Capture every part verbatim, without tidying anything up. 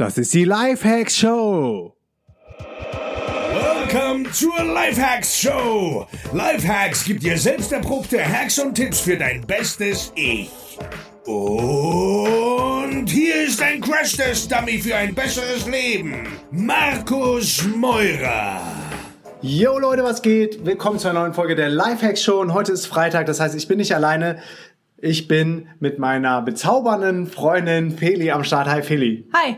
Das ist die Lifehacks Show. Welcome zur Lifehacks Show. Lifehacks gibt dir selbst erprobte Hacks und Tipps für dein bestes Ich. Und hier ist ein Crash-Test-Dummy für ein besseres Leben. Markus Meurer. Yo Leute, was geht? Willkommen zu einer neuen Folge der Lifehacks Show. Und heute ist Freitag, das heißt, ich bin nicht alleine. Ich bin mit meiner bezaubernden Freundin Feli am Start. Hi Feli. Hi.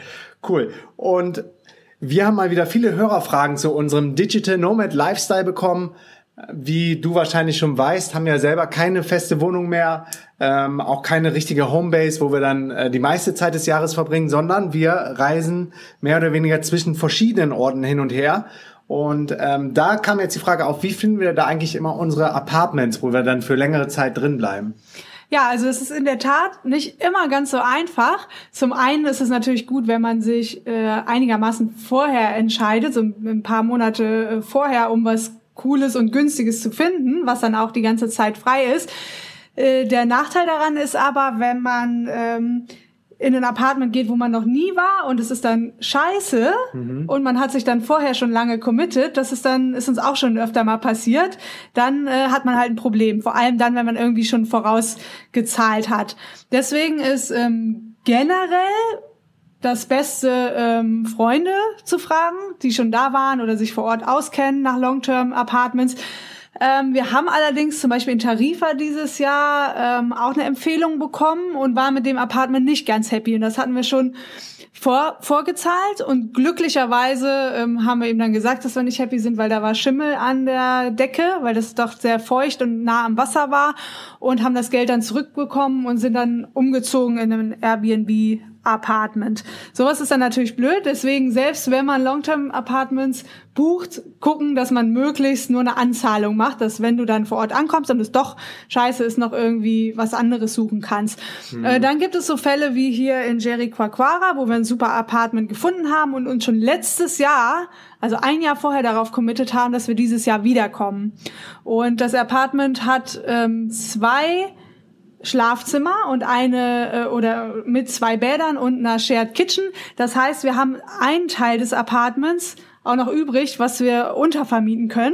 Cool. Und wir haben mal wieder viele Hörerfragen zu unserem Digital Nomad Lifestyle bekommen. Wie du wahrscheinlich schon weißt, haben wir selber keine feste Wohnung mehr, ähm, auch keine richtige Homebase, wo wir dann äh, die meiste Zeit des Jahres verbringen, sondern wir reisen mehr oder weniger zwischen verschiedenen Orten hin und her. Und ähm, da kam jetzt die Frage auf, wie finden wir da eigentlich immer unsere Apartments, wo wir dann für längere Zeit drin bleiben? Ja, also es ist in der Tat nicht immer ganz so einfach. Zum einen ist es natürlich gut, wenn man sich äh, einigermaßen vorher entscheidet, so ein paar Monate äh, vorher, um was Cooles und Günstiges zu finden, was dann auch die ganze Zeit frei ist. Äh, der Nachteil daran ist aber, wenn man ähm, in ein Apartment geht, wo man noch nie war und es ist dann scheiße mhm. und man hat sich dann vorher schon lange committed, das ist dann, ist uns auch schon öfter mal passiert, dann äh, hat man halt ein Problem. Vor allem dann, wenn man irgendwie schon vorausgezahlt hat. Deswegen ist ähm, generell das Beste, ähm, Freunde zu fragen, die schon da waren oder sich vor Ort auskennen nach Long-Term-Apartments. Ähm, wir haben allerdings zum Beispiel in Tarifa dieses Jahr ähm, auch eine Empfehlung bekommen und waren mit dem Apartment nicht ganz happy. Und das hatten wir schon vor, vorgezahlt. Und glücklicherweise ähm, haben wir ihm dann gesagt, dass wir nicht happy sind, weil da war Schimmel an der Decke, weil das doch sehr feucht und nah am Wasser war. Und haben das Geld dann zurückbekommen und sind dann umgezogen in einem Airbnb Apartment. Sowas ist dann natürlich blöd, deswegen selbst wenn man Long-Term-Apartments bucht, gucken, dass man möglichst nur eine Anzahlung macht, dass wenn du dann vor Ort ankommst und es doch scheiße ist, noch irgendwie was anderes suchen kannst. Mhm. Äh, dann gibt es so Fälle wie hier in Jericoacoara, wo wir ein super Apartment gefunden haben und uns schon letztes Jahr, also ein Jahr vorher darauf committed haben, dass wir dieses Jahr wiederkommen. Und das Apartment hat ähm, zwei Schlafzimmer und eine äh, oder mit zwei Bädern und einer Shared Kitchen. Das heißt, wir haben einen Teil des Apartments auch noch übrig, was wir untervermieten können.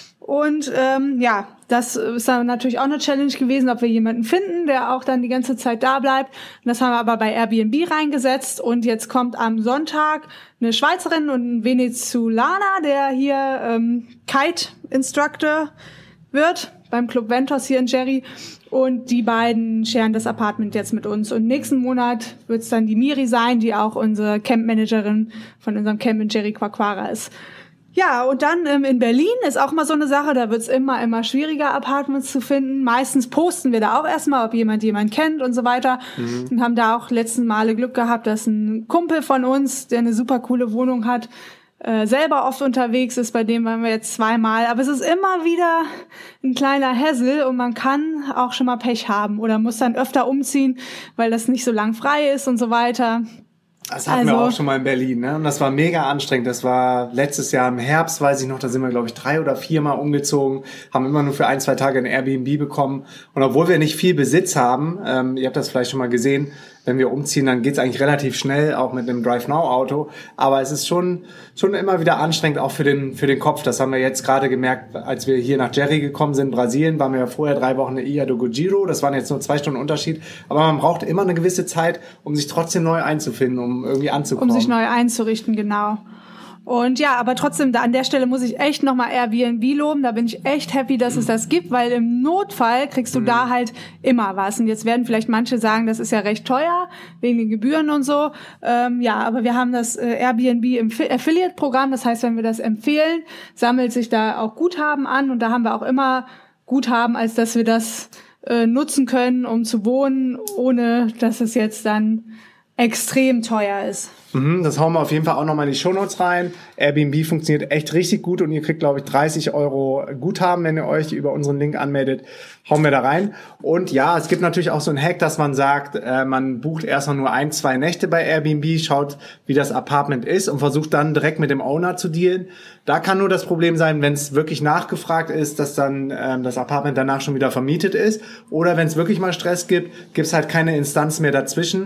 Und ähm, ja, das ist dann natürlich auch eine Challenge gewesen, ob wir jemanden finden, der auch dann die ganze Zeit da bleibt. Und das haben wir aber bei Airbnb reingesetzt. Und jetzt kommt am Sonntag eine Schweizerin und ein Venezolaner, der hier ähm, Kite-Instructor wird beim Club Ventos hier in Jerry. Und die beiden scheren das Apartment jetzt mit uns. Und nächsten Monat wird es dann die Miri sein, die auch unsere Campmanagerin von unserem Camp in Jericoacoara ist. Ja, und dann ähm, in Berlin ist auch mal so eine Sache, da wird es immer, immer schwieriger, Apartments zu finden. Meistens posten wir da auch erstmal, ob jemand jemanden kennt und so weiter. Mhm. Und haben da auch letzten Male Glück gehabt, dass ein Kumpel von uns, der eine super coole Wohnung hat, Äh, selber oft unterwegs ist, bei dem waren wir jetzt zweimal. Aber es ist immer wieder ein kleiner Hassel und man kann auch schon mal Pech haben oder muss dann öfter umziehen, weil das nicht so lang frei ist und so weiter. Das hatten also, wir auch schon mal in Berlin, ne? Und das war mega anstrengend. Das war letztes Jahr im Herbst, weiß ich noch, da sind wir, glaube ich, drei oder viermal umgezogen, haben immer nur für ein, zwei Tage ein Airbnb bekommen. Und obwohl wir nicht viel Besitz haben, ähm, ihr habt das vielleicht schon mal gesehen, wenn wir umziehen, dann geht's eigentlich relativ schnell, auch mit einem Drive-Now-Auto. Aber es ist schon schon immer wieder anstrengend, auch für den für den Kopf. Das haben wir jetzt gerade gemerkt, als wir hier nach Jerry gekommen sind, Brasilien, waren wir ja vorher drei Wochen in Ilha do Giro. Das waren jetzt nur zwei Stunden Unterschied. Aber man braucht immer eine gewisse Zeit, um sich trotzdem neu einzufinden, um irgendwie anzukommen. Um sich neu einzurichten, genau. Und ja, aber trotzdem, da an der Stelle muss ich echt nochmal Airbnb loben. Da bin ich echt happy, dass es das gibt, weil im Notfall kriegst du mhm. da halt immer was. Und jetzt werden vielleicht manche sagen, das ist ja recht teuer, wegen den Gebühren und so. Ähm, ja, aber wir haben das äh, Airbnb im Affiliate-Programm. Das heißt, wenn wir das empfehlen, sammelt sich da auch Guthaben an. Und da haben wir auch immer Guthaben, als dass wir das äh, nutzen können, um zu wohnen, ohne dass es jetzt dann extrem teuer ist. Mhm, das hauen wir auf jeden Fall auch nochmal in die Shownotes rein. Airbnb funktioniert echt richtig gut und ihr kriegt, glaube ich, dreißig Euro Guthaben, wenn ihr euch über unseren Link anmeldet. Hauen wir da rein. Und ja, es gibt natürlich auch so einen Hack, dass man sagt, äh, man bucht erstmal nur ein, zwei Nächte bei Airbnb, schaut, wie das Apartment ist und versucht dann direkt mit dem Owner zu dealen. Da kann nur das Problem sein, wenn es wirklich nachgefragt ist, dass dann ähm, das Apartment danach schon wieder vermietet ist. Oder wenn es wirklich mal Stress gibt, gibt es halt keine Instanz mehr dazwischen.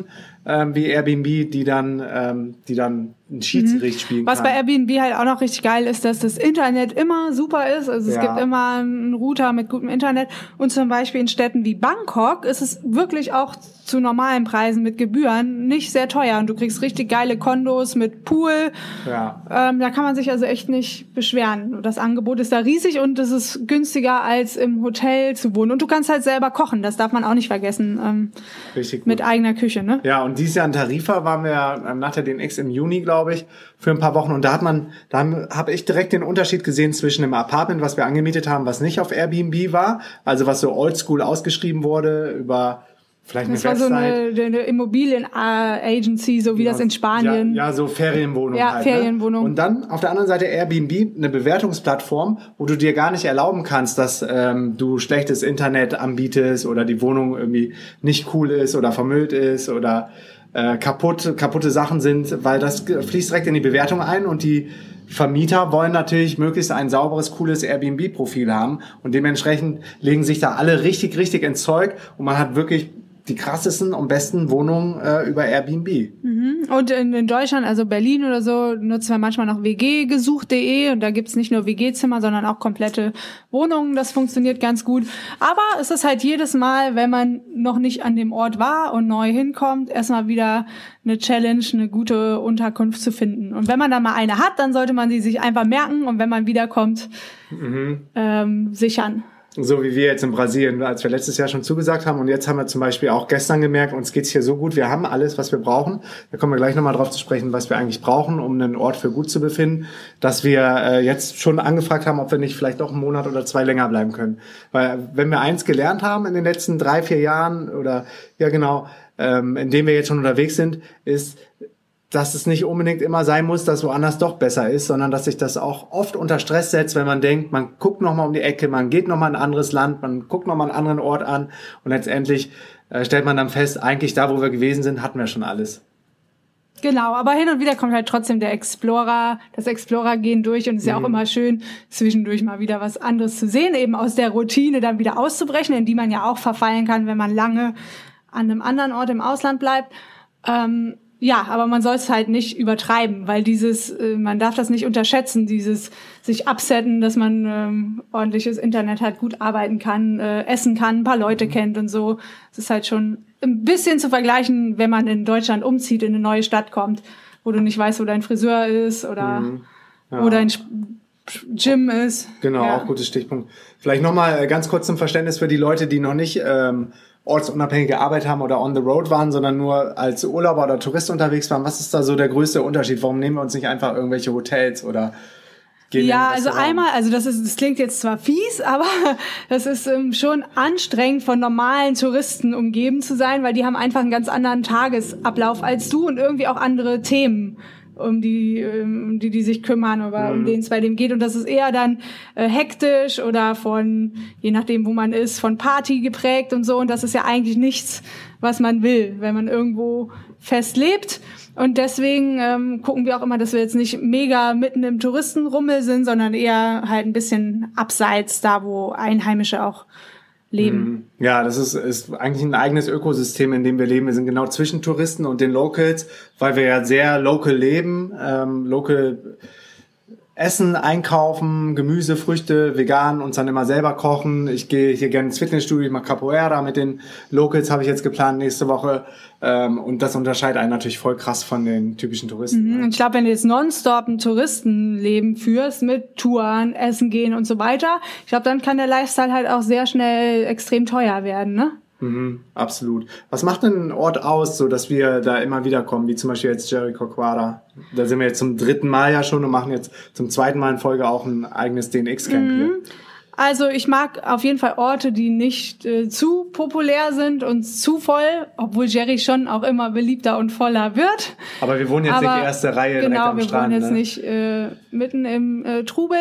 ähm, wie Airbnb, die dann, ähm, die dann ein Schiedsgericht mhm. spielen Was kann. Was bei Airbnb halt auch noch richtig geil ist, dass das Internet immer super ist. Also es ja. gibt immer einen Router mit gutem Internet. Und zum Beispiel in Städten wie Bangkok ist es wirklich auch zu normalen Preisen mit Gebühren nicht sehr teuer. Und du kriegst richtig geile Kondos mit Pool. Ja. Ähm, da kann man sich also echt nicht beschweren. Das Angebot ist da riesig und es ist günstiger als im Hotel zu wohnen. Und du kannst halt selber kochen. Das darf man auch nicht vergessen. Ähm, richtig gut. Mit eigener Küche, ne? Ja, und dieses Jahr in Tarifa waren wir ähm, nach der D N X im Juni, glaube ich, für ein paar Wochen. Und da hat man, da habe ich direkt den Unterschied gesehen zwischen dem Apartment, was wir angemietet haben, was nicht auf Airbnb war, also was so oldschool ausgeschrieben wurde über vielleicht eine das war Website. so eine, eine Immobilien-Agency, so wie ja, das in Spanien. Ja, ja so Ferienwohnung ja, halt. Ferienwohnung. Ne? Und dann auf der anderen Seite Airbnb, eine Bewertungsplattform, wo du dir gar nicht erlauben kannst, dass ähm, du schlechtes Internet anbietest oder die Wohnung irgendwie nicht cool ist oder vermüllt ist oder äh, kaputt, kaputte Sachen sind, weil das fließt direkt in die Bewertung ein und die Vermieter wollen natürlich möglichst ein sauberes, cooles Airbnb-Profil haben und dementsprechend legen sich da alle richtig, richtig ins Zeug und man hat wirklich die krassesten und besten Wohnungen äh, über Airbnb. Mhm. Und in, in Deutschland, also Berlin oder so, nutzen wir manchmal noch w g gesucht punkt d e und da gibt's nicht nur W G-Zimmer, sondern auch komplette Wohnungen. Das funktioniert ganz gut. Aber es ist halt jedes Mal, wenn man noch nicht an dem Ort war und neu hinkommt, erstmal wieder eine Challenge, eine gute Unterkunft zu finden. Und wenn man dann mal eine hat, dann sollte man sie sich einfach merken und wenn man wiederkommt, mhm. ähm, sichern. So wie wir jetzt in Brasilien, als wir letztes Jahr schon zugesagt haben. Und jetzt haben wir zum Beispiel auch gestern gemerkt, uns geht's hier so gut. Wir haben alles, was wir brauchen. Da kommen wir gleich nochmal drauf zu sprechen, was wir eigentlich brauchen, um einen Ort für gut zu befinden. Dass wir äh, jetzt schon angefragt haben, ob wir nicht vielleicht doch einen Monat oder zwei länger bleiben können. Weil wenn wir eins gelernt haben in den letzten drei, vier Jahren oder ja genau, ähm, in dem wir jetzt schon unterwegs sind, ist, dass es nicht unbedingt immer sein muss, dass woanders doch besser ist, sondern dass sich das auch oft unter Stress setzt, wenn man denkt, man guckt nochmal um die Ecke, man geht nochmal in ein anderes Land, man guckt nochmal einen anderen Ort an und letztendlich äh, stellt man dann fest, eigentlich da, wo wir gewesen sind, hatten wir schon alles. Genau, aber hin und wieder kommt halt trotzdem der Explorer, das Explorer-Gehen durch und es ist mhm. ja auch immer schön, zwischendurch mal wieder was anderes zu sehen, eben aus der Routine dann wieder auszubrechen, in die man ja auch verfallen kann, wenn man lange an einem anderen Ort im Ausland bleibt. Ähm, Ja, aber man soll es halt nicht übertreiben, weil dieses, äh, man darf das nicht unterschätzen, dieses sich absetten, dass man ähm, ordentliches Internet hat, gut arbeiten kann, äh, essen kann, ein paar Leute mhm. kennt und so. Es ist halt schon ein bisschen zu vergleichen, wenn man in Deutschland umzieht, in eine neue Stadt kommt, wo du nicht weißt, wo dein Friseur ist oder mhm. ja. wo dein Gym ist. Genau, ja. auch gutes Stichpunkt. Vielleicht nochmal ganz kurz zum Verständnis für die Leute, die noch nicht ähm, ortsunabhängige Arbeit haben oder on the road waren, sondern nur als Urlauber oder Tourist unterwegs waren. Was ist da so der größte Unterschied? Warum nehmen wir uns nicht einfach irgendwelche Hotels oder gehen Ja, also einmal, also das ist, das klingt jetzt zwar fies, aber das ist ähm, schon anstrengend, von normalen Touristen umgeben zu sein, weil die haben einfach einen ganz anderen Tagesablauf als du und irgendwie auch andere Themen, um die, um die, die sich kümmern oder mhm. um denen es bei dem geht. Und das ist eher dann äh, hektisch oder von, je nachdem, wo man ist, von Party geprägt und so. Und das ist ja eigentlich nichts, was man will, wenn man irgendwo fest lebt. Und deswegen ähm, gucken wir auch immer, dass wir jetzt nicht mega mitten im Touristenrummel sind, sondern eher halt ein bisschen abseits, da wo Einheimische auch leben. Ja, das ist, ist eigentlich ein eigenes Ökosystem, in dem wir leben. Wir sind genau zwischen Touristen und den Locals, weil wir ja sehr local leben, ähm, local essen, einkaufen, Gemüse, Früchte, vegan, uns dann immer selber kochen. Ich gehe hier gerne ins Fitnessstudio, ich mache Capoeira mit den Locals, habe ich jetzt geplant nächste Woche. Ähm, und das unterscheidet einen natürlich voll krass von den typischen Touristen. Mhm. Ich glaube, wenn du jetzt nonstop ein Touristenleben führst mit Touren, Essen gehen und so weiter, ich glaube, dann kann der Lifestyle halt auch sehr schnell extrem teuer werden, ne? Mhm, absolut. Was macht denn ein Ort aus, so dass wir da immer wieder kommen, wie zum Beispiel jetzt Jericoacoara? Da sind wir jetzt zum dritten Mal ja schon und machen jetzt zum zweiten Mal in Folge auch ein eigenes D N X-Camp mhm. hier. Also ich mag auf jeden Fall Orte, die nicht äh, zu populär sind und zu voll, obwohl Jerry schon auch immer beliebter und voller wird. Aber wir wohnen jetzt Aber, nicht erste Reihe direkt genau, am Strand. Genau, wir wohnen ne? jetzt nicht äh, mitten im äh, Trubel.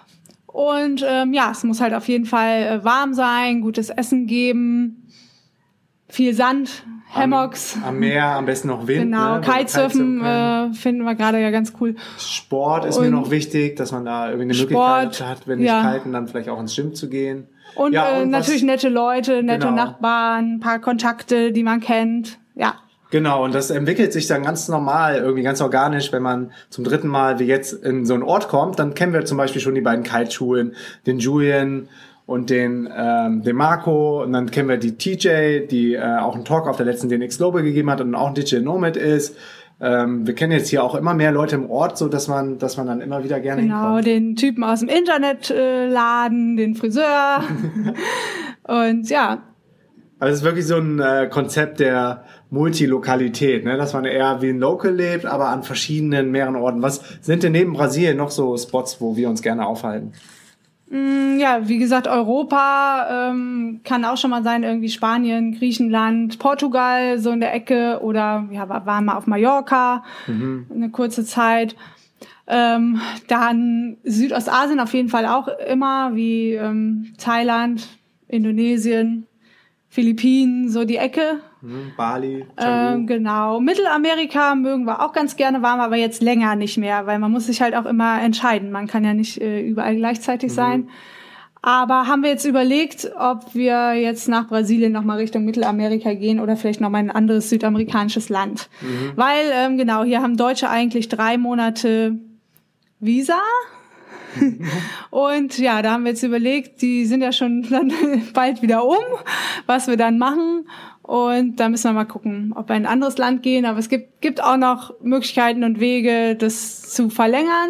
Und ähm, ja, es muss halt auf jeden Fall äh, warm sein, gutes Essen geben. Viel Sand, Hammocks. Am, am Meer, am besten noch Wind. Genau, ne? Kitesurfen äh, finden wir gerade ja ganz cool. Sport ist und mir noch wichtig, dass man da irgendwie eine Sport, Möglichkeit hat, wenn nicht ja. kalten, dann vielleicht auch ins Gym zu gehen. Und, ja, äh, und natürlich was, nette Leute, nette genau. Nachbarn, ein paar Kontakte, die man kennt. Ja. Genau, und das entwickelt sich dann ganz normal, irgendwie ganz organisch, wenn man zum dritten Mal wie jetzt in so einen Ort kommt, dann kennen wir zum Beispiel schon die beiden Kite-Schulen, den Julian und den, ähm, den Marco, und dann kennen wir die T J, die äh, auch einen Talk auf der letzten D N X Global gegeben hat und auch ein Digital Nomad ist. Ähm, wir kennen jetzt hier auch immer mehr Leute im Ort, so dass man, dass man dann immer wieder gerne genau, hinkommt. Genau, den Typen aus dem Internetladen, äh, den Friseur und ja. Also es ist wirklich so ein äh, Konzept der Multilokalität, ne? Dass man eher wie ein Local lebt, aber an verschiedenen, mehreren Orten. Was sind denn neben Brasilien noch so Spots, wo wir uns gerne aufhalten? Ja, wie gesagt, Europa ähm, kann auch schon mal sein, irgendwie Spanien, Griechenland, Portugal, so in der Ecke, oder ja, waren mal auf Mallorca mhm. eine kurze Zeit. Ähm, dann Südostasien auf jeden Fall auch immer, wie ähm, Thailand, Indonesien, Philippinen, so die Ecke. Mhm, Bali, ähm, genau. Mittelamerika mögen wir auch ganz gerne, waren wir aber jetzt länger nicht mehr, weil man muss sich halt auch immer entscheiden. Man kann ja nicht äh, überall gleichzeitig mhm. sein. Aber haben wir jetzt überlegt, ob wir jetzt nach Brasilien nochmal Richtung Mittelamerika gehen oder vielleicht nochmal in ein anderes südamerikanisches Land. Mhm. Weil, ähm, genau, hier haben Deutsche eigentlich drei Monate Visa. Und ja, da haben wir jetzt überlegt, die sind ja schon dann bald wieder um, was wir dann machen. Und da müssen wir mal gucken, ob wir in ein anderes Land gehen. Aber es gibt, gibt auch noch Möglichkeiten und Wege, das zu verlängern.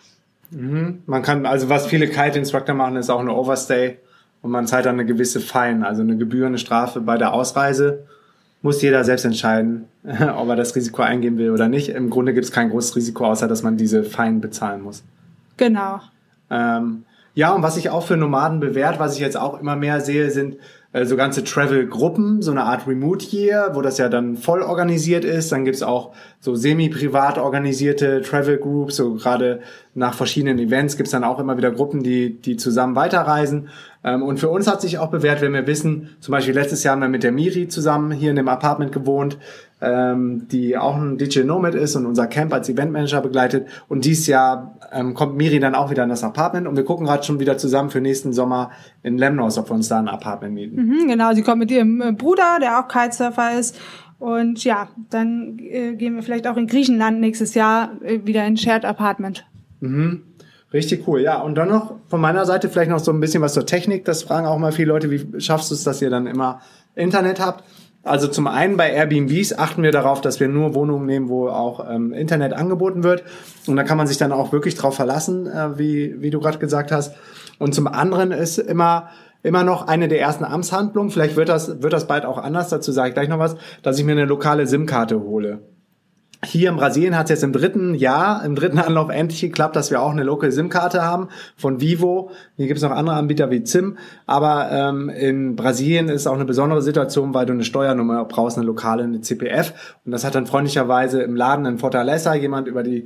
Mhm. Man kann, also was viele Kite-Instructor machen, ist auch eine Overstay. Und man zahlt dann eine gewisse Fine, also eine Gebühr, eine Strafe bei der Ausreise. Muss jeder selbst entscheiden, ob er das Risiko eingehen will oder nicht. Im Grunde gibt es kein großes Risiko, außer dass man diese Fine bezahlen muss. Genau. Ähm, ja, und was sich auch für Nomaden bewährt, was ich jetzt auch immer mehr sehe, sind äh, so ganze Travel-Gruppen, so eine Art Remote Year, wo das ja dann voll organisiert ist. Dann gibt's auch so semi-privat organisierte Travel-Groups, so gerade nach verschiedenen Events gibt's dann auch immer wieder Gruppen, die die zusammen weiterreisen. Ähm, und für uns hat sich auch bewährt, wenn wir wissen, zum Beispiel letztes Jahr haben wir mit der Miri zusammen hier in dem Apartment gewohnt, ähm, die auch ein Digital Nomad ist und unser Camp als Eventmanager begleitet. Und dieses Jahr ähm, kommt Miri dann auch wieder in das Apartment und wir gucken gerade schon wieder zusammen für nächsten Sommer in Lemnos, ob wir uns da ein Apartment mieten. Mhm, genau, sie kommt mit ihrem Bruder, der auch Kitesurfer ist. Und ja, dann äh, gehen wir vielleicht auch in Griechenland nächstes Jahr äh, wieder in Shared Apartment. Mhm. Richtig cool, ja. Und dann noch von meiner Seite vielleicht noch so ein bisschen was zur Technik. Das fragen auch mal viele Leute, wie schaffst du es, dass ihr dann immer Internet habt? Also zum einen bei Airbnbs achten wir darauf, dass wir nur Wohnungen nehmen, wo auch ähm, Internet angeboten wird. Und da kann man sich dann auch wirklich drauf verlassen, äh, wie wie du gerade gesagt hast. Und zum anderen ist immer immer noch eine der ersten Amtshandlungen, vielleicht wird das wird das bald auch anders, dazu sage ich gleich noch was, dass ich mir eine lokale SIM-Karte hole. Hier in Brasilien hat es jetzt im dritten Jahr, im dritten Anlauf endlich geklappt, dass wir auch eine Local SIM-Karte haben von Vivo. Hier gibt es noch andere Anbieter wie Z I M, aber ähm, in Brasilien ist auch eine besondere Situation, weil du eine Steuernummer brauchst, eine lokale, eine C P F. Und das hat dann freundlicherweise im Laden in Fortaleza jemand über die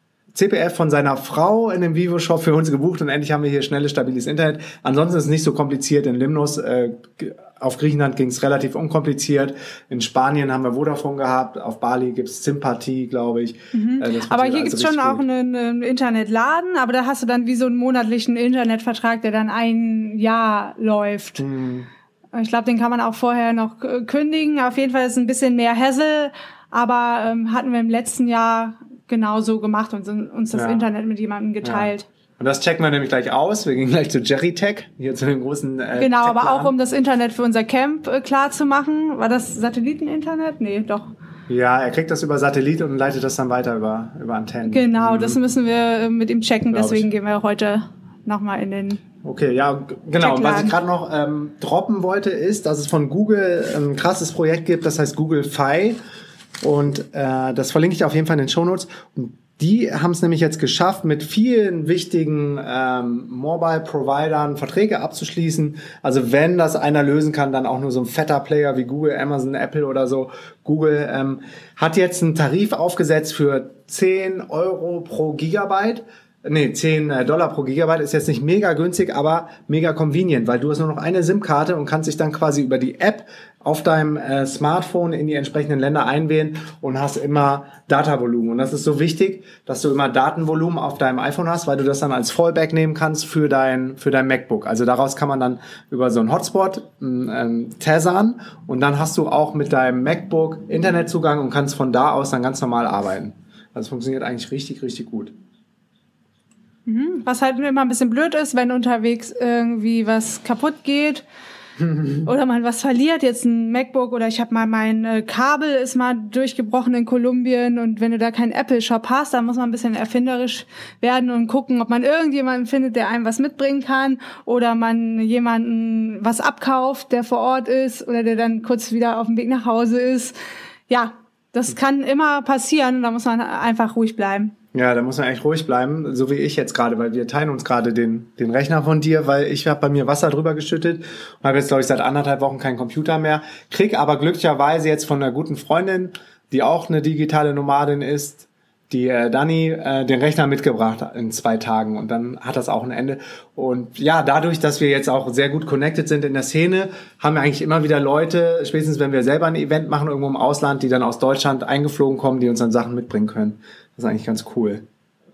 C P F von seiner Frau in dem Vivo-Shop für uns gebucht und endlich haben wir hier schnelles, stabiles Internet. Ansonsten ist es nicht so kompliziert. In Limnos, äh, auf Griechenland ging es relativ unkompliziert. In Spanien haben wir Vodafone gehabt. Auf Bali gibt's Sympathie, glaube ich. Mhm. Äh, aber hier also gibt's schon auch einen, einen Internetladen, aber da hast du dann wie so einen monatlichen Internetvertrag, der dann ein Jahr läuft. Mhm. Ich glaube, den kann man auch vorher noch kündigen. Auf jeden Fall ist es ein bisschen mehr Hassel, aber ähm, hatten wir im letzten Jahr genauso gemacht und uns das ja. Internet mit jemandem geteilt. Ja. Und das checken wir nämlich gleich aus. Wir gehen gleich zu Jerrytech, hier zu den großen äh, Genau, aber auch um das Internet für unser Camp äh, klar zu machen. War das Satelliteninternet? Nee, doch. Ja, er kriegt das über Satellit und leitet das dann weiter über, über Antennen. Genau, mhm. das müssen wir mit ihm checken. Glaub Deswegen ich. gehen wir heute nochmal in den Okay, ja, genau. Und was ich gerade noch ähm, droppen wollte, ist, dass es von Google ein krasses Projekt gibt, das heißt Google Fi. Und äh, das verlinke ich auf jeden Fall in den Shownotes. Und die haben es nämlich jetzt geschafft, mit vielen wichtigen ähm, Mobile-Providern Verträge abzuschließen. Also wenn das einer lösen kann, dann auch nur so ein fetter Player wie Google, Amazon, Apple oder so. Google ähm, hat jetzt einen Tarif aufgesetzt für zehn Euro pro Gigabyte. Nee, zehn Dollar pro Gigabyte ist jetzt nicht mega günstig, aber mega convenient, weil du hast nur noch eine SIM-Karte und kannst dich dann quasi über die App auf deinem äh, Smartphone in die entsprechenden Länder einwählen und hast immer Datavolumen. Und das ist so wichtig, dass du immer Datenvolumen auf deinem iPhone hast, weil du das dann als Fallback nehmen kannst für dein für dein MacBook. Also daraus kann man dann über so einen Hotspot ähm, tasern und dann hast du auch mit deinem MacBook Internetzugang und kannst von da aus dann ganz normal arbeiten. Das funktioniert eigentlich richtig, richtig gut. Mhm. Was halt immer ein bisschen blöd ist, wenn unterwegs irgendwie was kaputt geht oder man was verliert, jetzt ein MacBook oder ich habe mal mein äh, Kabel ist mal durchgebrochen in Kolumbien und wenn du da keinen Apple-Shop hast, dann muss man ein bisschen erfinderisch werden und gucken, ob man irgendjemanden findet, der einem was mitbringen kann oder man jemanden was abkauft, der vor Ort ist oder der dann kurz wieder auf dem Weg nach Hause ist. Ja, das kann immer passieren und da muss man einfach ruhig bleiben. Ja, da muss man echt ruhig bleiben, so wie ich jetzt gerade, weil wir teilen uns gerade den den Rechner von dir, weil ich habe bei mir Wasser drüber geschüttet und habe jetzt, glaube ich, seit anderthalb Wochen keinen Computer mehr. Krieg aber glücklicherweise jetzt von einer guten Freundin, die auch eine digitale Nomadin ist, die äh, Dani, äh, den Rechner mitgebracht in zwei Tagen und dann hat das auch ein Ende. Und ja, dadurch, dass wir jetzt auch sehr gut connected sind in der Szene, haben wir eigentlich immer wieder Leute, spätestens wenn wir selber ein Event machen irgendwo im Ausland, die dann aus Deutschland eingeflogen kommen, die uns dann Sachen mitbringen können. Das ist eigentlich ganz cool.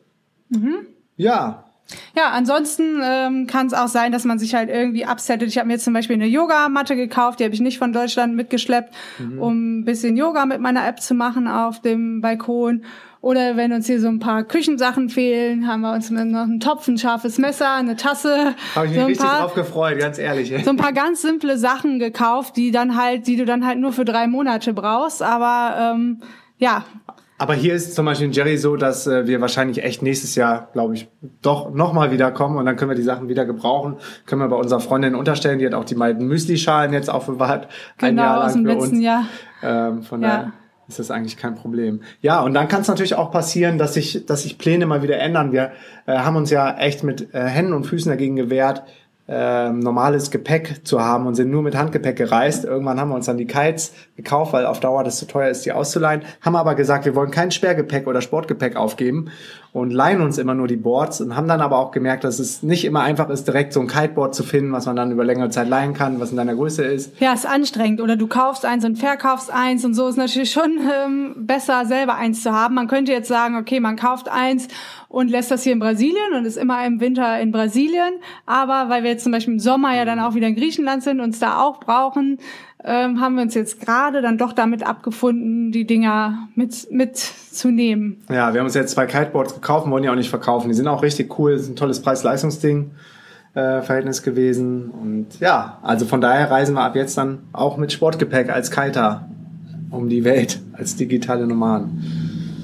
Mhm. Ja. Ja, ansonsten ähm, kann es auch sein, dass man sich halt irgendwie upsettet. Ich habe mir jetzt zum Beispiel eine Yogamatte gekauft, die habe ich nicht von Deutschland mitgeschleppt, mhm. um ein bisschen Yoga mit meiner App zu machen auf dem Balkon. Oder wenn uns hier so ein paar Küchensachen fehlen, haben wir uns mit noch einen Topf, ein scharfes Messer, eine Tasse. Habe ich mich so richtig paar, drauf gefreut, ganz ehrlich. So ein paar ganz simple Sachen gekauft, die dann halt, die du dann halt nur für drei Monate brauchst. Aber ähm, ja. Aber hier ist zum Beispiel in Jerry so, dass äh, wir wahrscheinlich echt nächstes Jahr, glaube ich, doch nochmal wiederkommen und dann können wir die Sachen wieder gebrauchen. Können wir bei unserer Freundin unterstellen, die hat auch die beiden Müsli-Schalen jetzt aufbewahrt. Genau, ein Jahr lang aus dem für letzten uns. Jahr. Ähm, von ja. daher ist das eigentlich kein Problem. Ja, und dann kann es natürlich auch passieren, dass sich dass sich Pläne mal wieder ändern. Wir äh, haben uns ja echt mit äh, Händen und Füßen dagegen gewehrt, äh, normales Gepäck zu haben und sind nur mit Handgepäck gereist. Irgendwann haben wir uns dann die Kites gekauft, weil auf Dauer das zu teuer ist, die auszuleihen. Haben aber gesagt, wir wollen kein Sperrgepäck oder Sportgepäck aufgeben und leihen uns immer nur die Boards und haben dann aber auch gemerkt, dass es nicht immer einfach ist, direkt so ein Kiteboard zu finden, was man dann über längere Zeit leihen kann, was in deiner Größe ist. Ja, ist anstrengend. Oder du kaufst eins und verkaufst eins und so ist natürlich schon ähm, besser, selber eins zu haben. Man könnte jetzt sagen, okay, man kauft eins und lässt das hier in Brasilien und ist immer im Winter in Brasilien. Aber weil wir jetzt zum Beispiel im Sommer ja dann auch wieder in Griechenland sind und uns da auch brauchen, ähm, haben wir uns jetzt gerade dann doch damit abgefunden, die Dinger mit mitzunehmen. Ja, wir haben uns jetzt zwei Kiteboards gekauft, wollen die auch nicht verkaufen. Die sind auch richtig cool, das ist ein tolles Preis-Leistungs-Ding, äh, Verhältnis gewesen. Und ja, also von daher reisen wir ab jetzt dann auch mit Sportgepäck als Kiter um die Welt, als digitale Nomaden.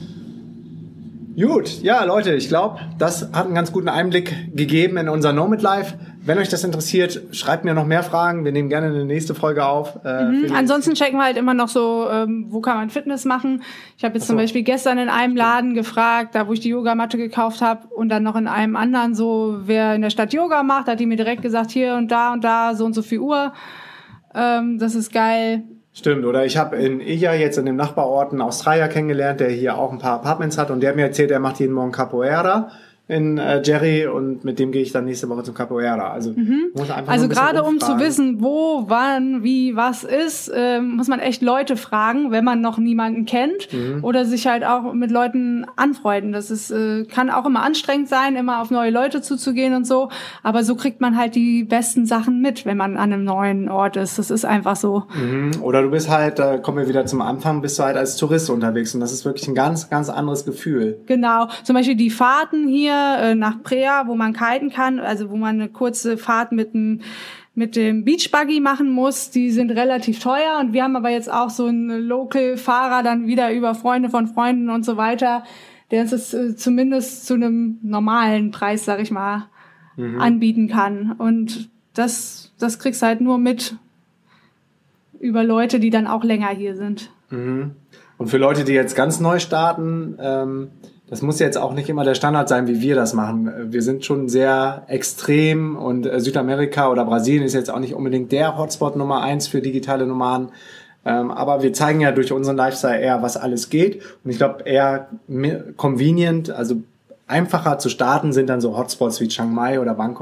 Gut, ja Leute, ich glaube, das hat einen ganz guten Einblick gegeben in unser Nomad Life. Wenn euch das interessiert, schreibt mir noch mehr Fragen. Wir nehmen gerne eine nächste Folge auf. Äh, mhm. Ansonsten checken wir halt immer noch so, ähm, wo kann man Fitness machen. Ich habe jetzt so. zum Beispiel gestern in einem Laden gefragt, da wo ich die Yogamatte gekauft habe und dann noch in einem anderen so, wer in der Stadt Yoga macht, hat die mir direkt gesagt, hier und da und da, so und so viel Uhr. Ähm, das ist geil. Stimmt, oder ich habe in Ija jetzt in dem Nachbarort einen Australier kennengelernt, der hier auch ein paar Apartments hat und der hat mir erzählt, er macht jeden Morgen Capoeira in äh, Jerry und mit dem gehe ich dann nächste Woche zum Capoeira. Also mhm. muss einfach also ein gerade um umfragen. zu wissen, wo, wann, wie, was ist, äh, muss man echt Leute fragen, wenn man noch niemanden kennt mhm. oder sich halt auch mit Leuten anfreunden. Das ist äh, kann auch immer anstrengend sein, immer auf neue Leute zuzugehen und so, aber so kriegt man halt die besten Sachen mit, wenn man an einem neuen Ort ist. Das ist einfach so. Mhm. Oder du bist halt, da kommen wir wieder zum Anfang, bist du halt als Tourist unterwegs und das ist wirklich ein ganz, ganz anderes Gefühl. Genau, zum Beispiel die Fahrten hier nach Prea, wo man kiten kann, also wo man eine kurze Fahrt mit dem mit dem Beachbuggy machen muss, die sind relativ teuer und wir haben aber jetzt auch so einen Local-Fahrer dann wieder über Freunde von Freunden und so weiter, der uns das äh, zumindest zu einem normalen Preis, sag ich mal, mhm. anbieten kann und das das kriegst du halt nur mit über Leute, die dann auch länger hier sind. Mhm. Und für Leute, die jetzt ganz neu starten, ähm das muss jetzt auch nicht immer der Standard sein, wie wir das machen. Wir sind schon sehr extrem und Südamerika oder Brasilien ist jetzt auch nicht unbedingt der Hotspot Nummer eins für digitale Nomaden. Aber wir zeigen ja durch unseren Lifestyle eher, was alles geht. Und ich glaube, eher convenient, also einfacher zu starten sind dann so Hotspots wie Chiang Mai oder Bangkok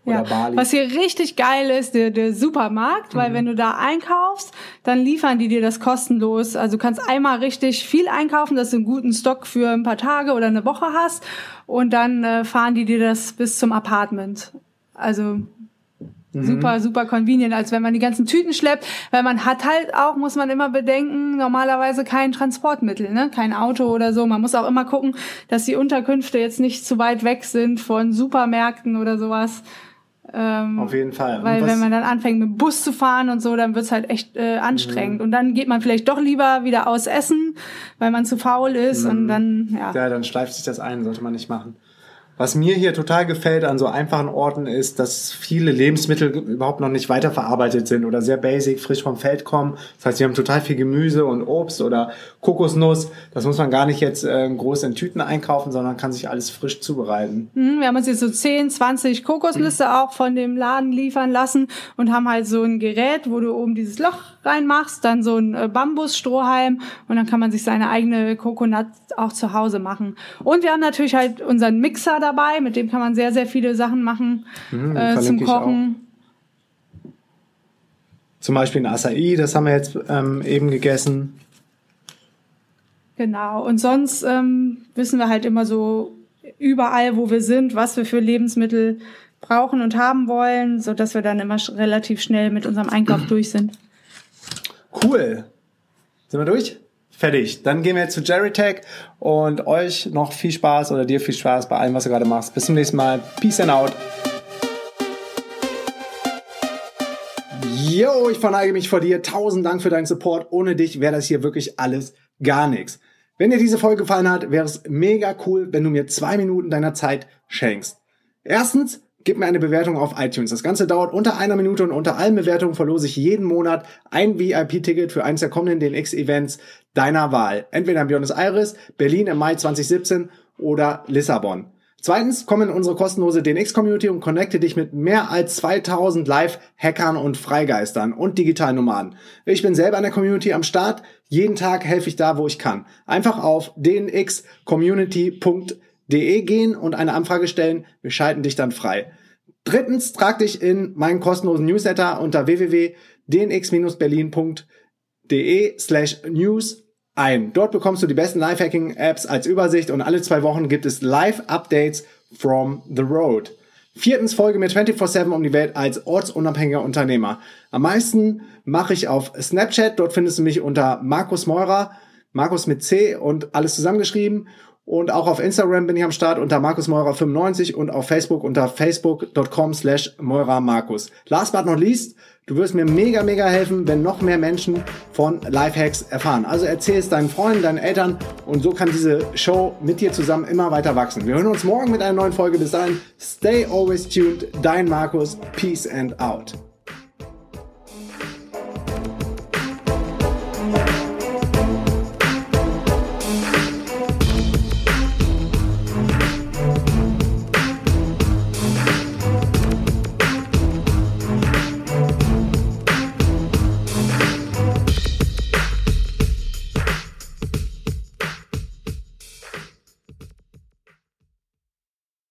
oder ja. Bali. Was hier richtig geil ist, der, der Supermarkt, weil mhm. wenn du da einkaufst, dann liefern die dir das kostenlos. Also du kannst einmal richtig viel einkaufen, dass du einen guten Stock für ein paar Tage oder eine Woche hast und dann äh, fahren die dir das bis zum Apartment. Also super, super convenient, als wenn man die ganzen Tüten schleppt, weil man hat halt auch, muss man immer bedenken, normalerweise kein Transportmittel, ne, kein Auto oder so. Man muss auch immer gucken, dass die Unterkünfte jetzt nicht zu weit weg sind von Supermärkten oder sowas. Ähm, Auf jeden Fall. Weil wenn man dann anfängt mit dem Bus zu fahren und so, dann wird's halt echt äh, anstrengend. Mhm. Und dann geht man vielleicht doch lieber wieder aus essen, weil man zu faul ist mhm. und dann, ja. Ja, dann schleift sich das ein, sollte man nicht machen. Was mir hier total gefällt an so einfachen Orten ist, dass viele Lebensmittel überhaupt noch nicht weiterverarbeitet sind oder sehr basic, frisch vom Feld kommen. Das heißt, wir haben total viel Gemüse und Obst oder Kokosnuss. Das muss man gar nicht jetzt äh, groß in Tüten einkaufen, sondern kann sich alles frisch zubereiten. Mhm, wir haben uns jetzt so zehn, zwanzig Kokosnüsse mhm. auch von dem Laden liefern lassen und haben halt so ein Gerät, wo du oben dieses Loch reinmachst, dann so ein äh, Bambusstrohhalm und dann kann man sich seine eigene Coconut auch zu Hause machen. Und wir haben natürlich halt unseren Mixer dabei, mit dem kann man sehr, sehr viele Sachen machen mhm, äh, zum Kochen. Zum Beispiel ein Acai, das haben wir jetzt ähm, eben gegessen. Genau, und sonst ähm, wissen wir halt immer so überall, wo wir sind, was wir für Lebensmittel brauchen und haben wollen, so dass wir dann immer sch- relativ schnell mit unserem Einkauf durch sind. Cool. Sind wir durch? Fertig. Dann gehen wir jetzt zu Geritech und euch noch viel Spaß oder dir viel Spaß bei allem, was du gerade machst. Bis zum nächsten Mal. Peace and out. Yo, ich verneige mich vor dir. Tausend Dank für deinen Support. Ohne dich wäre das hier wirklich alles gar nichts. Wenn dir diese Folge gefallen hat, wäre es mega cool, wenn du mir zwei Minuten deiner Zeit schenkst. Erstens, gib mir eine Bewertung auf iTunes. Das Ganze dauert unter einer Minute und unter allen Bewertungen verlose ich jeden Monat ein V I P-Ticket für eines der kommenden D N X-Events deiner Wahl. Entweder in Buenos Aires, Berlin im Mai zwanzig siebzehn oder Lissabon. Zweitens, komm in unsere kostenlose D N X-Community und connecte dich mit mehr als zweitausend Live-Hackern und Freigeistern und Digitalnomaden. Ich bin selber in der Community am Start. Jeden Tag helfe ich da, wo ich kann. Einfach auf d n x community punkt de gehen und eine Anfrage stellen. Wir schalten dich dann frei. Drittens, trag dich in meinen kostenlosen Newsletter unter w w w punkt d n x berlin punkt de slash news ein. Dort bekommst du die besten Lifehacking-Apps als Übersicht und alle zwei Wochen gibt es Live-Updates from the road. Viertens, folge mir vierundzwanzig sieben um die Welt als ortsunabhängiger Unternehmer. Am meisten mache ich auf Snapchat. Dort findest du mich unter Markus Meurer, Markus mit C und alles zusammengeschrieben. Und auch auf Instagram bin ich am Start unter Markus Meurer fünfundneunzig und auf Facebook unter facebook punkt com slash Meurer Markus. Last but not least, du wirst mir mega, mega helfen, wenn noch mehr Menschen von Lifehacks erfahren. Also erzähl es deinen Freunden, deinen Eltern und so kann diese Show mit dir zusammen immer weiter wachsen. Wir hören uns morgen mit einer neuen Folge. Bis dahin, stay always tuned. Dein Markus. Peace and out.